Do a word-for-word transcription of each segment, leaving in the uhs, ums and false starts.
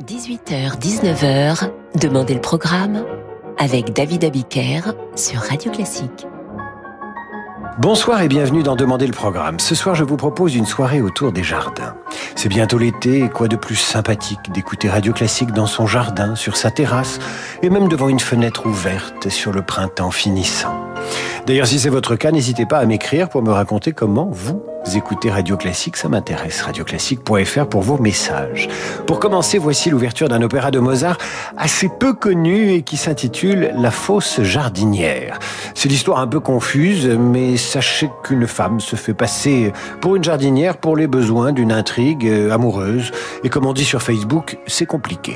dix-huit heures dix-neuf heures, Demandez le programme avec David Abiker sur Radio Classique. Bonsoir et bienvenue dans Demandez le programme. Ce soir, je vous propose une soirée autour des jardins. C'est bientôt l'été et quoi de plus sympathique d'écouter Radio Classique dans son jardin, sur sa terrasse et même devant une fenêtre ouverte sur le printemps finissant. D'ailleurs, si c'est votre cas, n'hésitez pas à m'écrire pour me raconter comment vous écoutez Radio Classique, ça m'intéresse. radio classique point f r pour vos messages. Pour commencer, voici l'ouverture d'un opéra de Mozart assez peu connu et qui s'intitule La fausse jardinière. C'est l'histoire un peu confuse, mais sachez qu'une femme se fait passer pour une jardinière pour les besoins d'une intrigue amoureuse. Et comme on dit sur Facebook, c'est compliqué.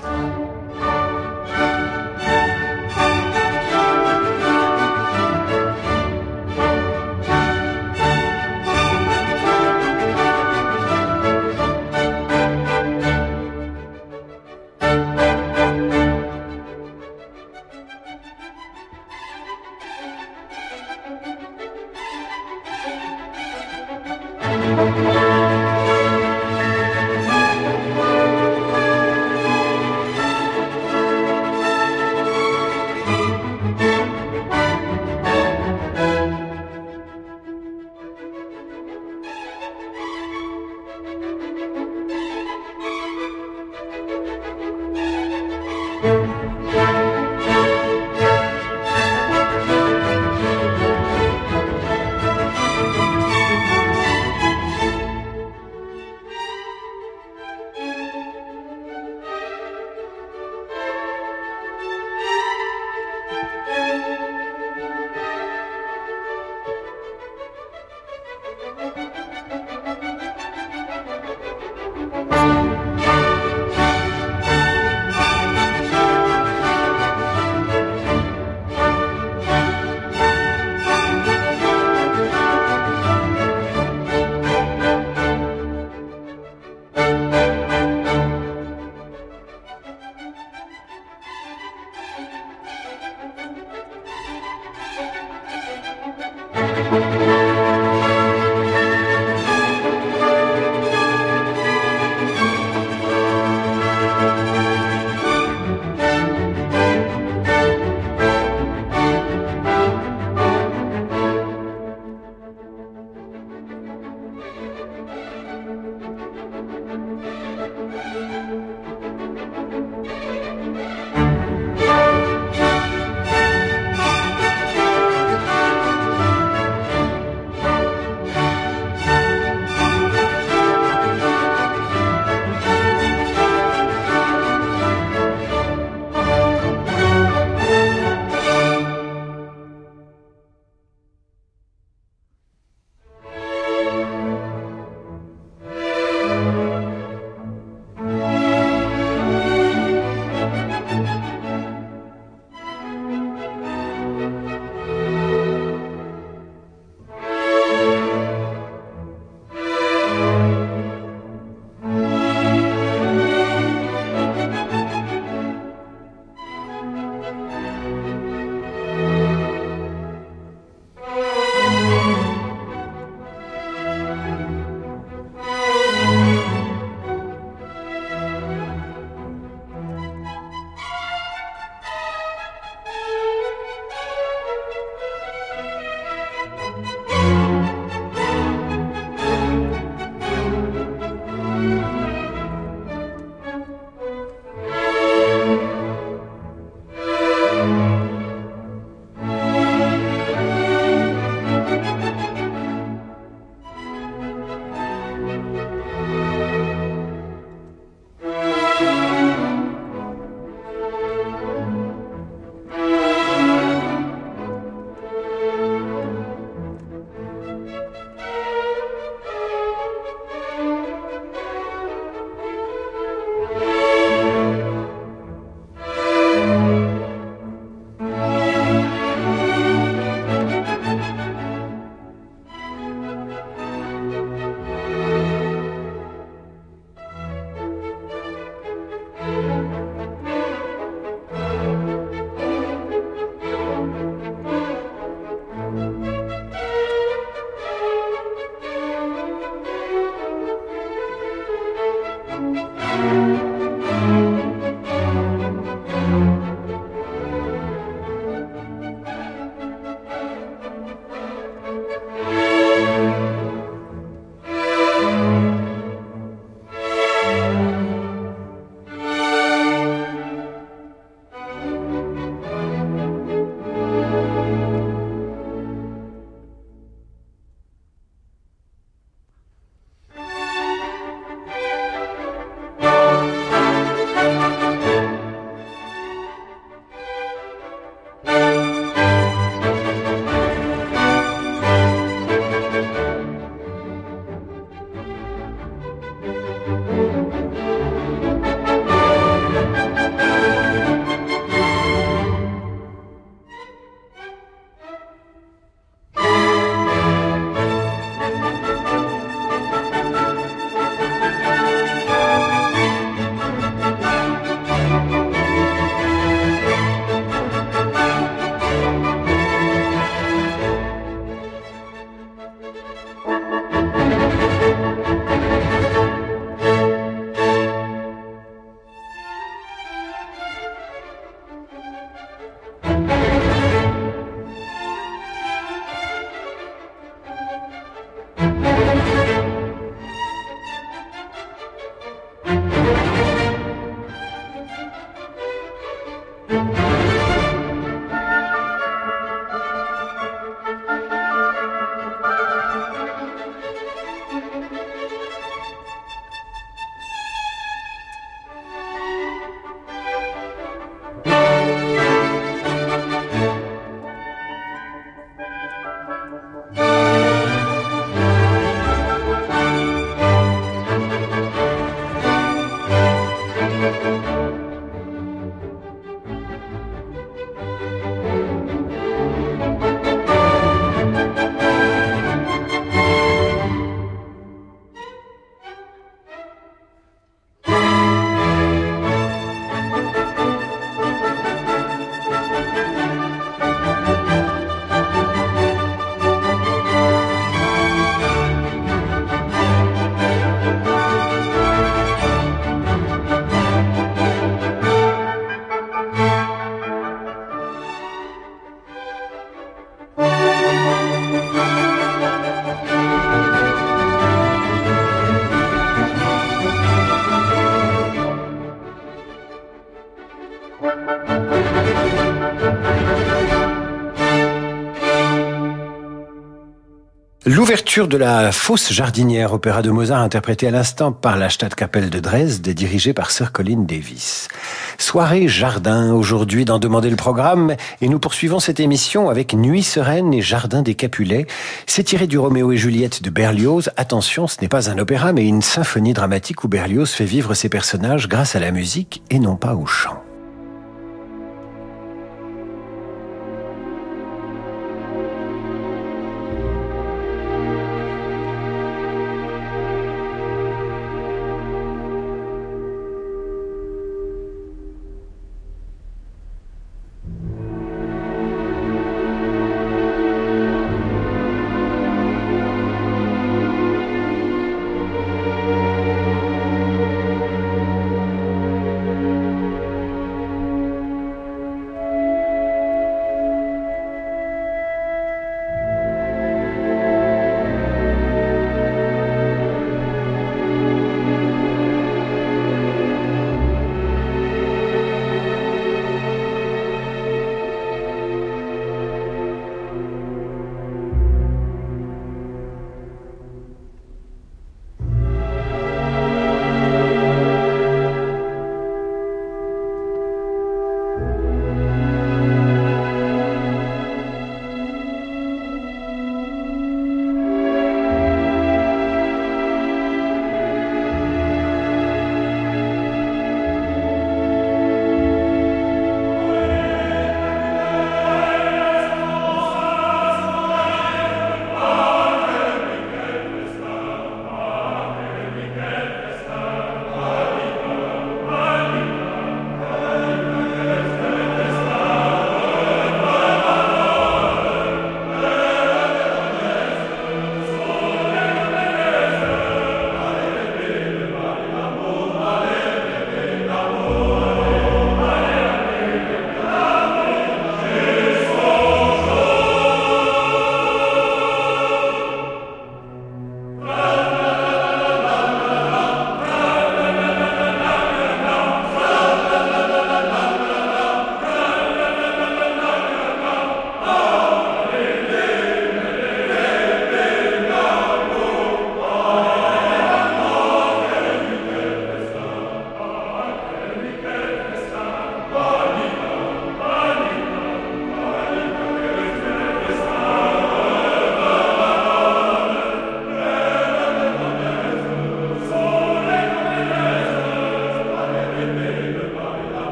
L'ouverture de la Fosse jardinière, opéra de Mozart interprété à l'instant par la Stadtkapelle de Dresde, dirigée par Sir Colin Davis. Soirée jardin aujourd'hui dans Demander le programme, et nous poursuivons cette émission avec Nuit sereine et Jardin des Capulets. C'est tiré du Roméo et Juliette de Berlioz. Attention, ce n'est pas un opéra mais une symphonie dramatique où Berlioz fait vivre ses personnages grâce à la musique et non pas au chant.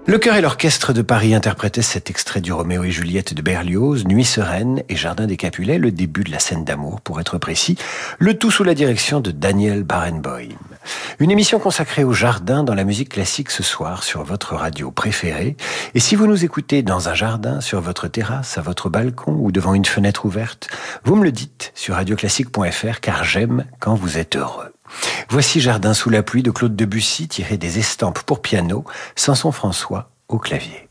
Le chœur et l'orchestre de Paris interprétaient cet extrait du Roméo et Juliette de Berlioz, Nuit sereine et Jardin des Capulets, le début de la scène d'amour pour être précis, le tout sous la direction de Daniel Barenboim. Une émission consacrée au jardin dans la musique classique ce soir sur votre radio préférée. Et si vous nous écoutez dans un jardin, sur votre terrasse, à votre balcon ou devant une fenêtre ouverte, vous me le dites sur radioclassique point f r car j'aime quand vous êtes heureux. Voici Jardin sous la pluie de Claude Debussy, tiré des estampes pour piano, Samson François au clavier.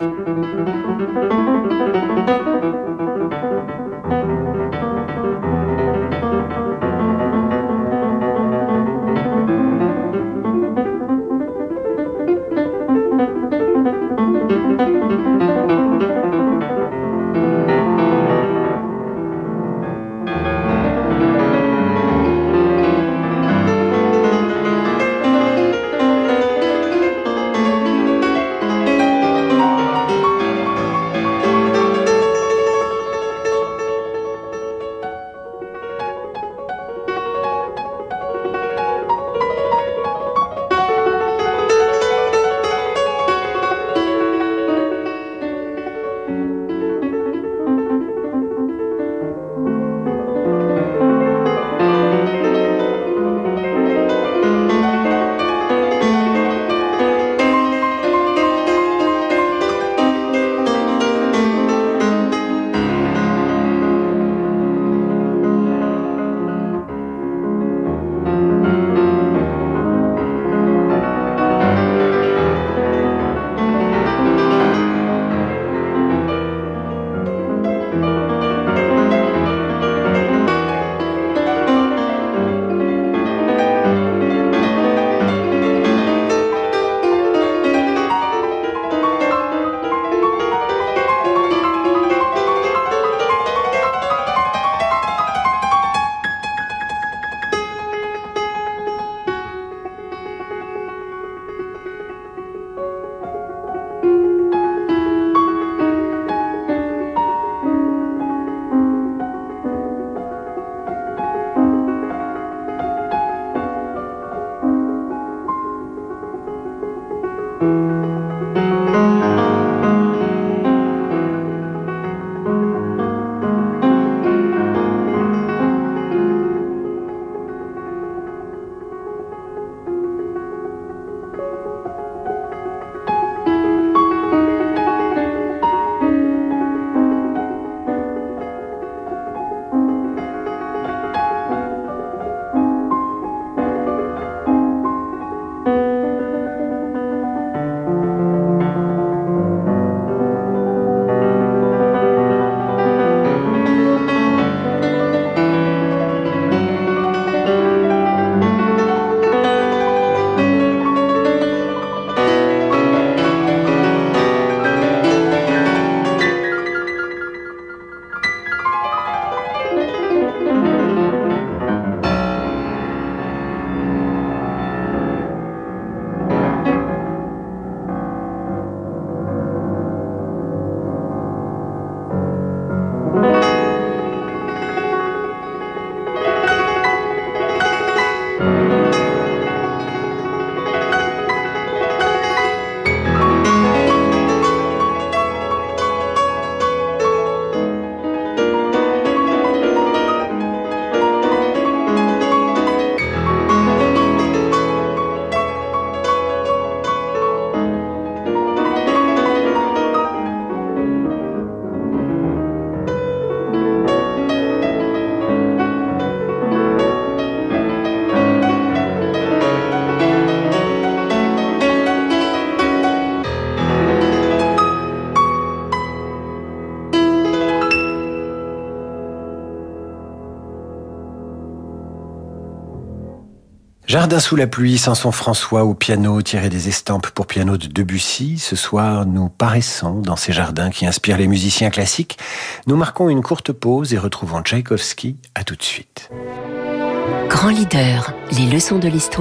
Jardin sous la pluie, Samson François au piano, tiré des estampes pour piano de Debussy. Ce soir, nous paraissons dans ces jardins qui inspirent les musiciens classiques. Nous marquons une courte pause et retrouvons Tchaïkovski. À tout de suite. Grand leader, les leçons de l'histoire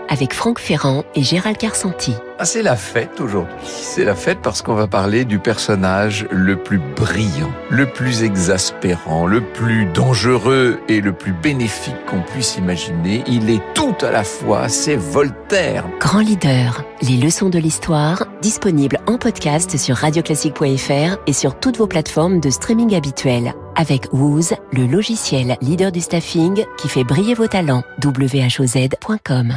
avec Franck Ferrand et Gérald Carsanti. Ah, c'est la fête aujourd'hui. C'est la fête parce qu'on va parler du personnage le plus brillant, le plus exaspérant, le plus dangereux et le plus bénéfique qu'on puisse imaginer. Il est tout à la fois, c'est Voltaire. Grand leader, les leçons de l'histoire, disponibles en podcast sur radio classique point f r et sur toutes vos plateformes de streaming habituelles. Avec Wooz, le logiciel leader du staffing qui fait briller vos talents. w h o z point com.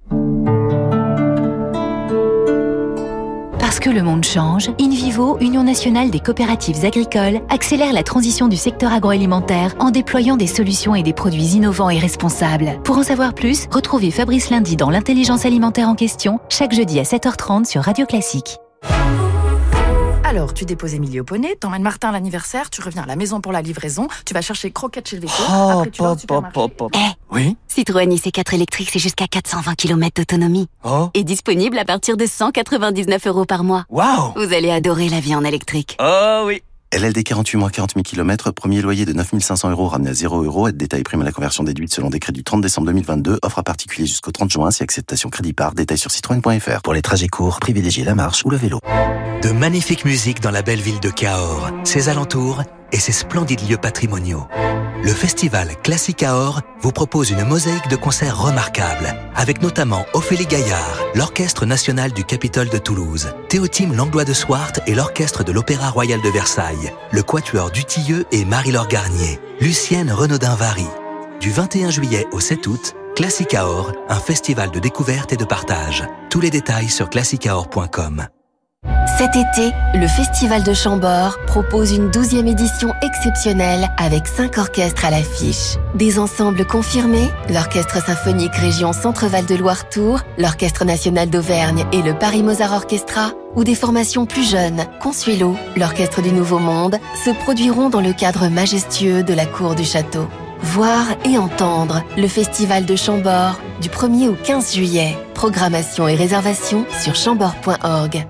Parce que le monde change, InVivo, Union nationale des coopératives agricoles, accélère la transition du secteur agroalimentaire en déployant des solutions et des produits innovants et responsables. Pour en savoir plus, retrouvez Fabrice Lundi dans l'intelligence alimentaire en question, chaque jeudi à sept heures trente sur Radio Classique. Alors, tu déposes Émilie au poney, t'emmènes Martin à l'anniversaire, tu reviens à la maison pour la livraison, tu vas chercher croquettes chez le véto, Oh, après tu vas au supermarché. pop, pop, pop. Eh, Oui. Citroën I C quatre électrique, c'est jusqu'à quatre cent vingt kilomètres d'autonomie. Oh. Et disponible à partir de cent quatre-vingt-dix-neuf euros par mois. Waouh. Vous allez adorer la vie en électrique. Oh oui. L L D quarante-huit mois, quarante mille kilomètres, premier loyer de neuf mille cinq cents euros ramené à zéro euros, aide détail prime à la conversion déduite selon décret du trente décembre deux mille vingt-deux, offre à particulier jusqu'au trente juin, si acceptation crédit par, détail sur citroën point f r. Pour les trajets courts, privilégiez la marche ou le vélo. De magnifiques musiques dans la belle ville de Cahors, ses alentours et ses splendides lieux patrimoniaux. Le festival Classique Cahors vous propose une mosaïque de concerts remarquables, avec notamment Ophélie Gaillard, l'Orchestre national du Capitole de Toulouse, Théotime Langlois de Swart et l'Orchestre de l'Opéra Royal de Versailles, le Quatuor Dutilleux et Marie-Laure Garnier, Lucienne Renaudin-Vary. Du vingt et un juillet au sept août, Classique Cahors, un festival de découverte et de partage. Tous les détails sur classique cahors point com. Cet été, le Festival de Chambord propose une douzième édition exceptionnelle avec cinq orchestres à l'affiche. Des ensembles confirmés, l'Orchestre symphonique Région Centre-Val de Loire-Tours, l'Orchestre national d'Auvergne et le Paris Mozart Orchestra, ou des formations plus jeunes, Consuelo, l'Orchestre du Nouveau Monde, se produiront dans le cadre majestueux de la cour du château. Voir et entendre le Festival de Chambord du premier au quinze juillet. Programmation et réservation sur chambord point org.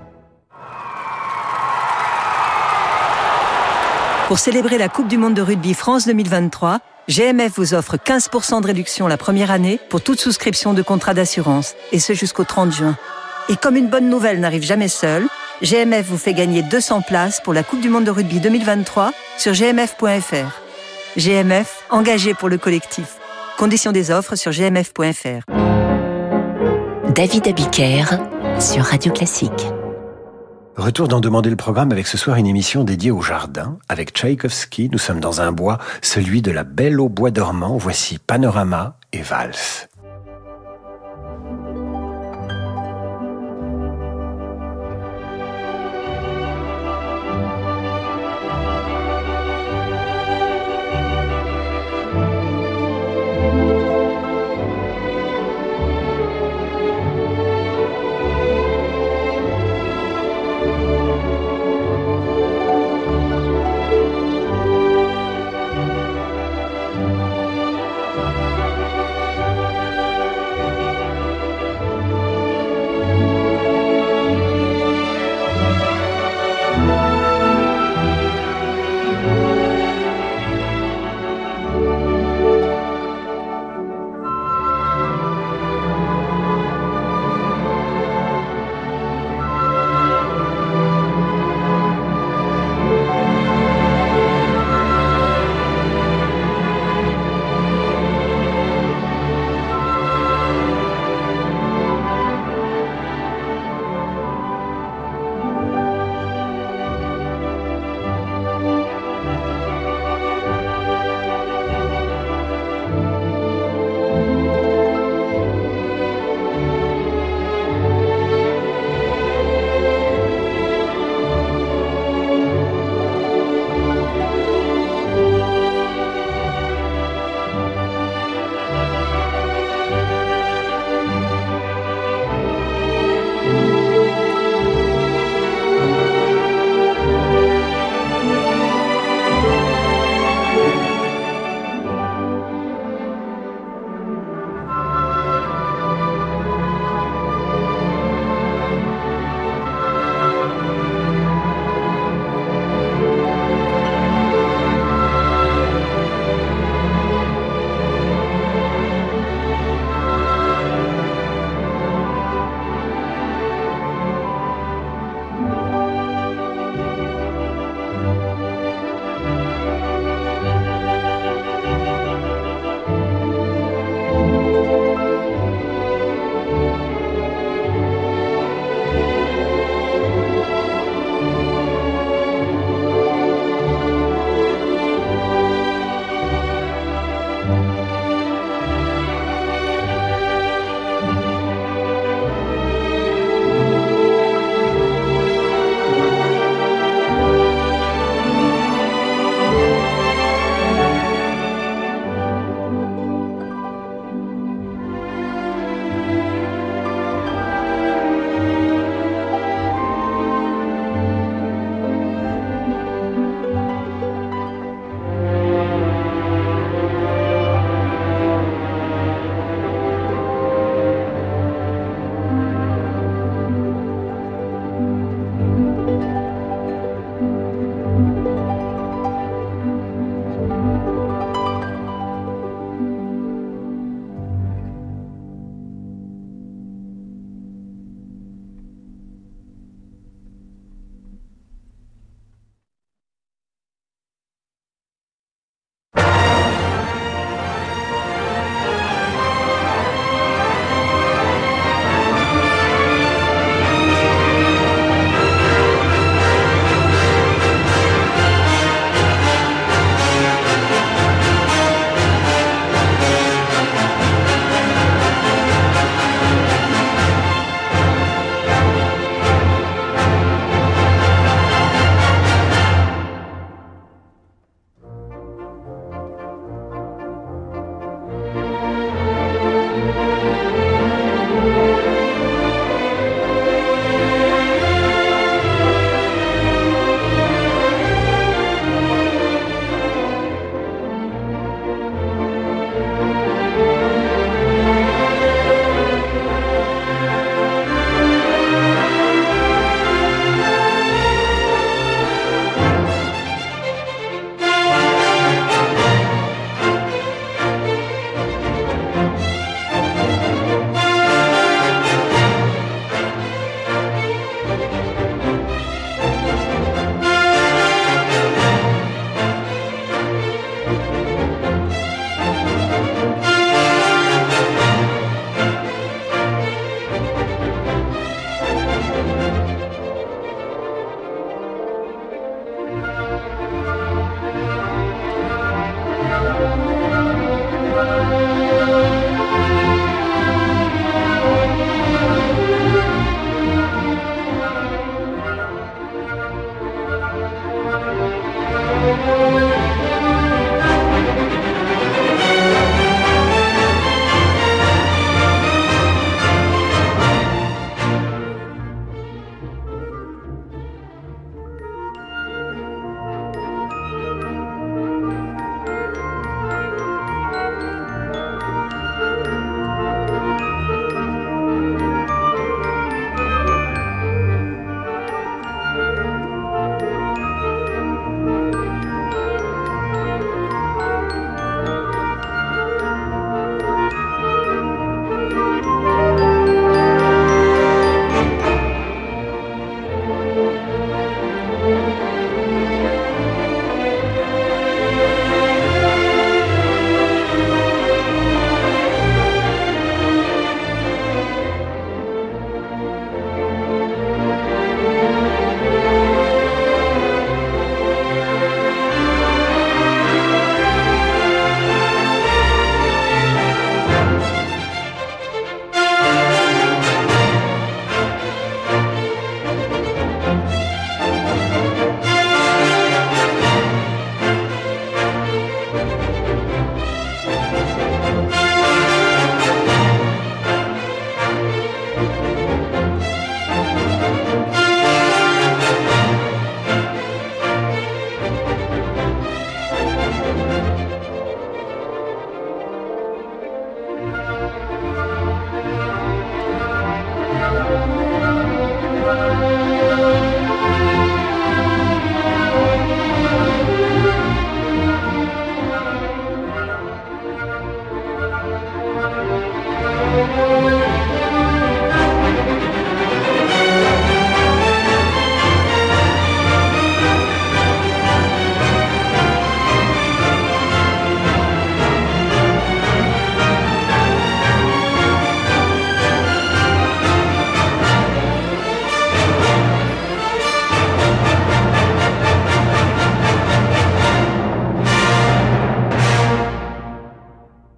Pour célébrer la Coupe du Monde de rugby France deux mille vingt-trois, G M F vous offre quinze pour cent de réduction la première année pour toute souscription de contrat d'assurance, et ce jusqu'au trente juin. Et comme une bonne nouvelle n'arrive jamais seule, G M F vous fait gagner deux cents places pour la Coupe du Monde de rugby deux mille vingt-trois sur g m f point f r. G M F, engagé pour le collectif. Conditions des offres sur g m f point f r. David Abiker sur Radio Classique. Retour d'en demander le programme avec ce soir une émission dédiée au jardin. Avec Tchaïkovski, nous sommes dans un bois, celui de la Belle au bois dormant. Voici Panorama et Valse.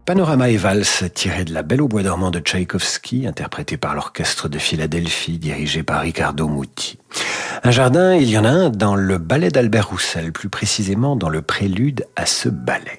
Panorama et valse tiré de La Belle au bois dormant de Tchaïkovski, interprété par l'orchestre de Philadelphie, dirigé par Riccardo Muti. Un jardin, il y en a un dans le ballet d'Albert Roussel, plus précisément dans le prélude à ce ballet.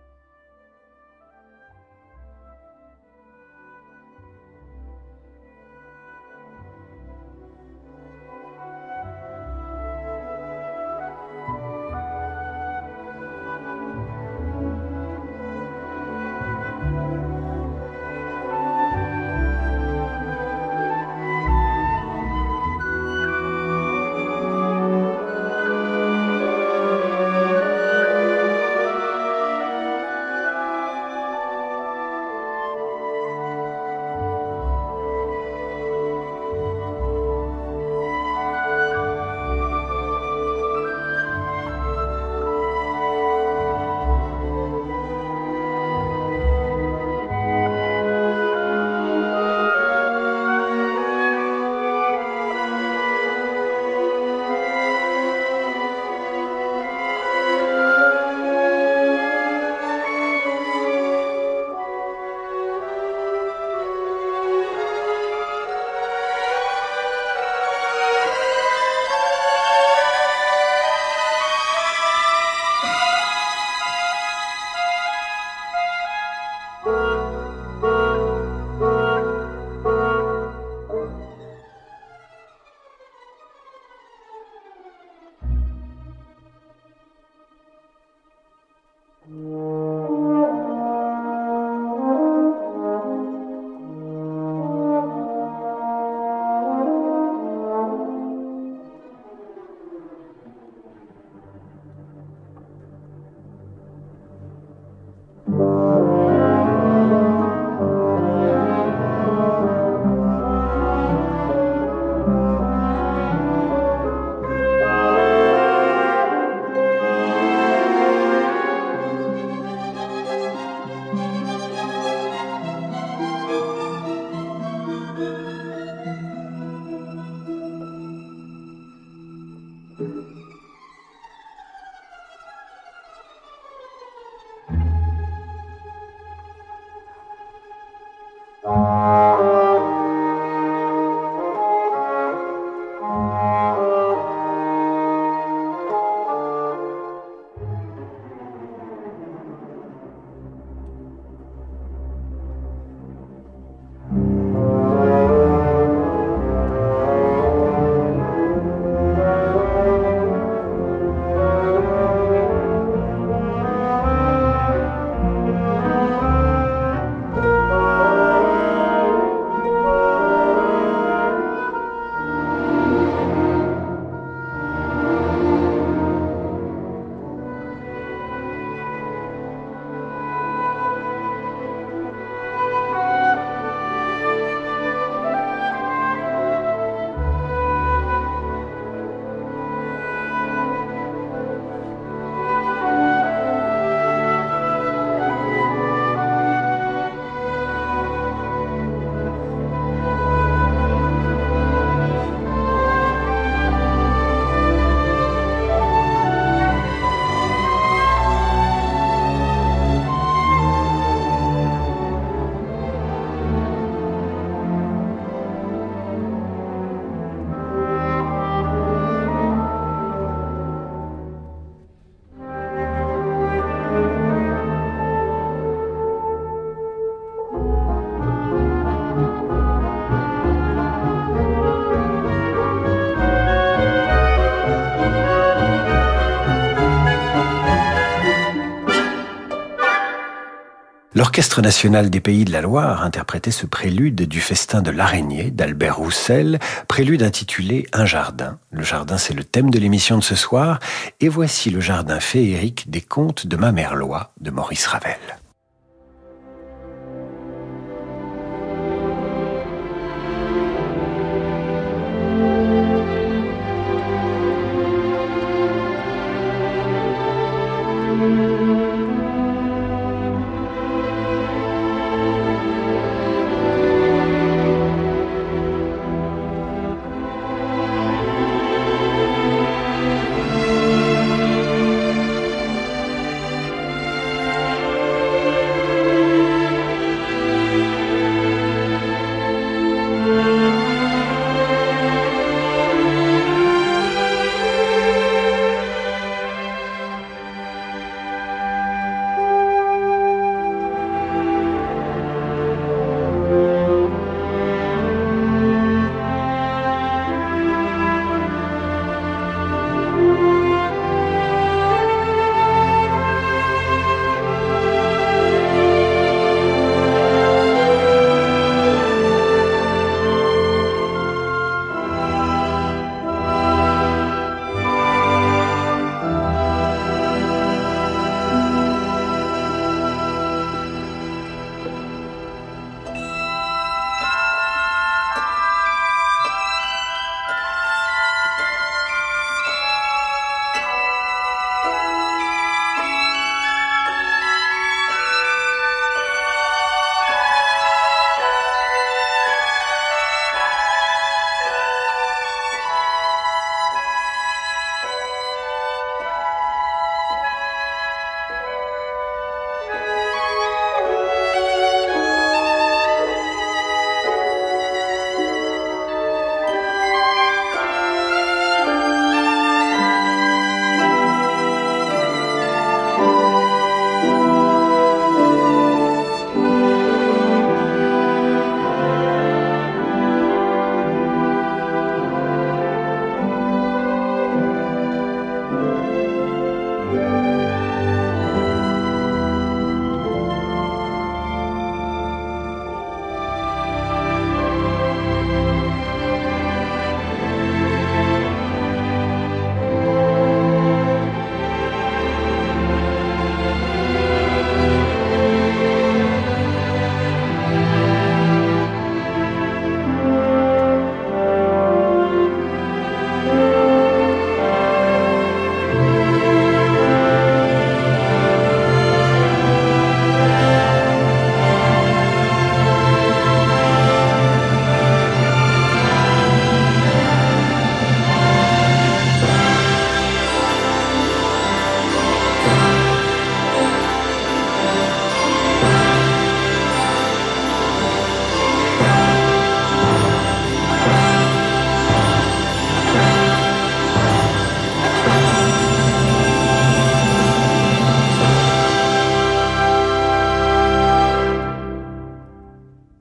L'Orchestre national des Pays de la Loire interprétait ce prélude du festin de l'araignée d'Albert Roussel, prélude intitulé Un jardin. Le jardin, c'est le thème de l'émission de ce soir, et voici le jardin féerique des contes de ma mère Loi de Maurice Ravel.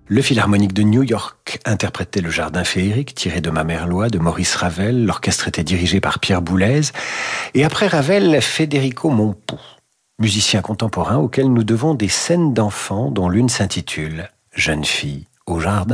Le Philharmonique de New York interprétait le Jardin féerique tiré de Mamerlois de Maurice Ravel. L'orchestre était dirigé par Pierre Boulez. Et après Ravel, Federico Mompou, musicien contemporain auquel nous devons des scènes d'enfants dont l'une s'intitule « Jeune fille au jardin ».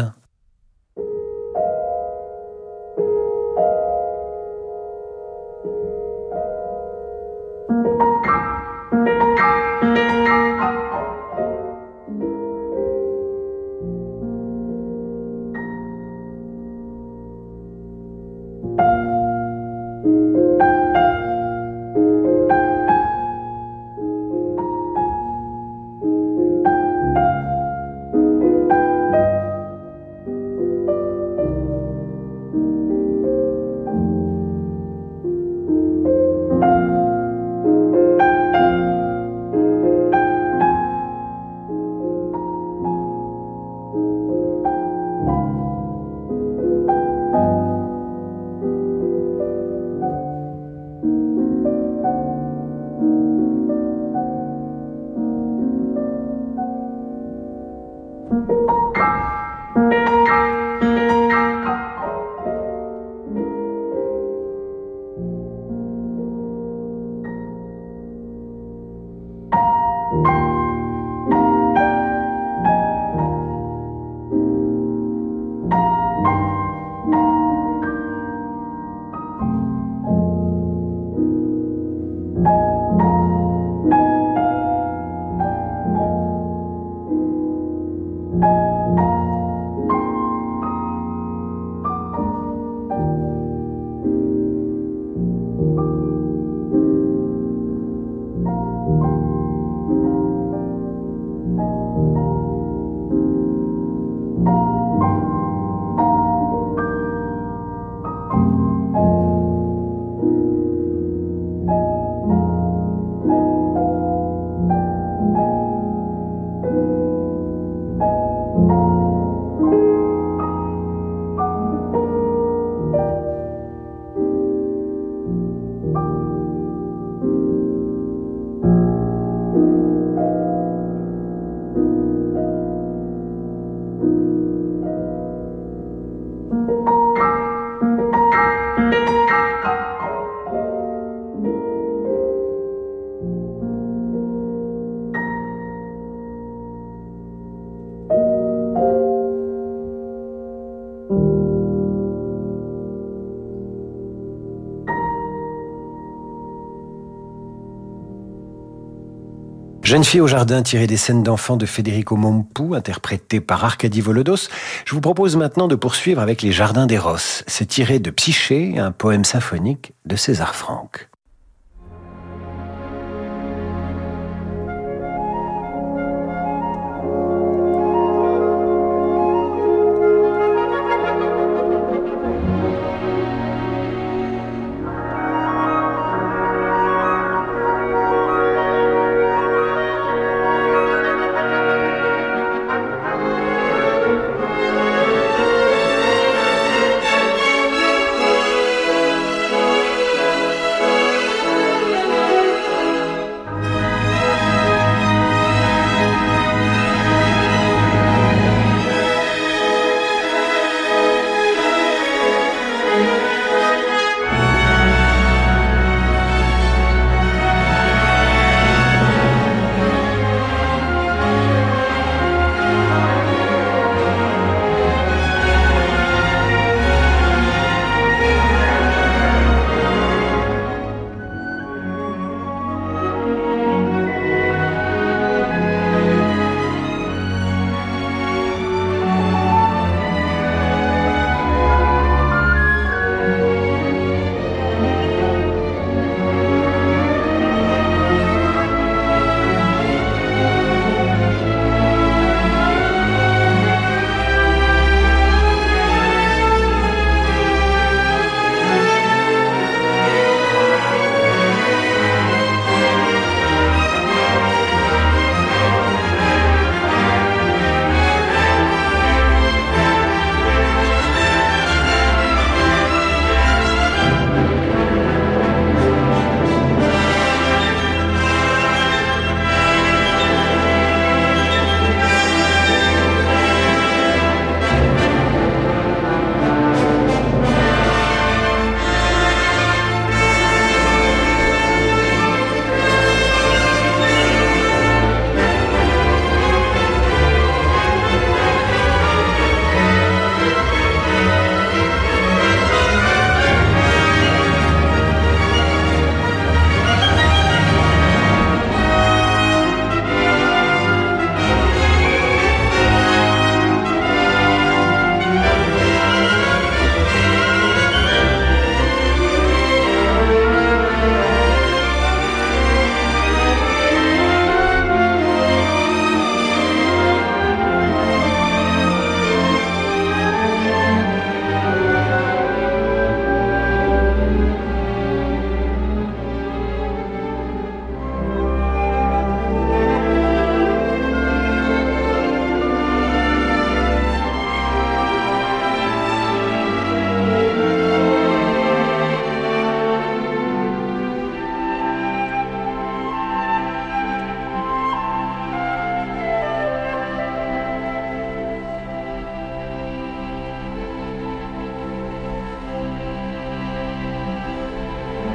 Jeune fille au jardin, tirée des scènes d'enfants de Federico Mompou, interprétée par Arkady Volodos. Je vous propose maintenant de poursuivre avec les Jardins d'Eros. C'est tiré de Psyché, un poème symphonique de César Franck. Thank you.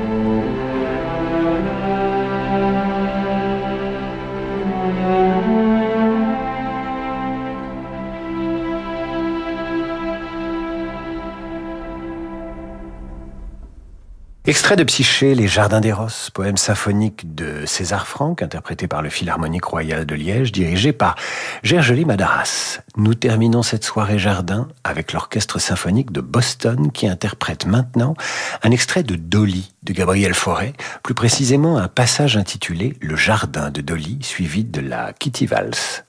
Extrait de Psyché, Les Jardins d'Eros, poème symphonique de César Franck, interprété par le Philharmonique Royal de Liège, dirigé par Gergely Madaras. Nous terminons cette soirée jardin avec l'Orchestre symphonique de Boston qui interprète maintenant un extrait de Dolly de Gabriel Fauré, plus précisément un passage intitulé Le Jardin de Dolly, suivi de la Kitty Valse.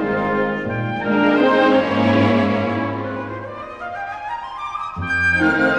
Thank you.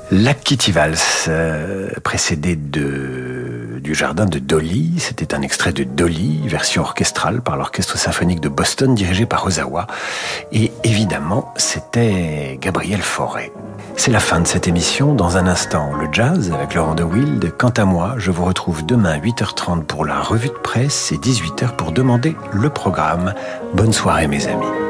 La Kitty Valse, euh, précédée de, du jardin de Dolly. C'était un extrait de Dolly, version orchestrale par l'Orchestre symphonique de Boston, dirigé par Ozawa. Et évidemment, c'était Gabriel Fauré. C'est la fin de cette émission. Dans un instant, le jazz avec Laurent de Wild. Quant à moi, je vous retrouve demain à huit heures trente pour la revue de presse et dix-huit heures pour demander le programme. Bonne soirée, mes amis.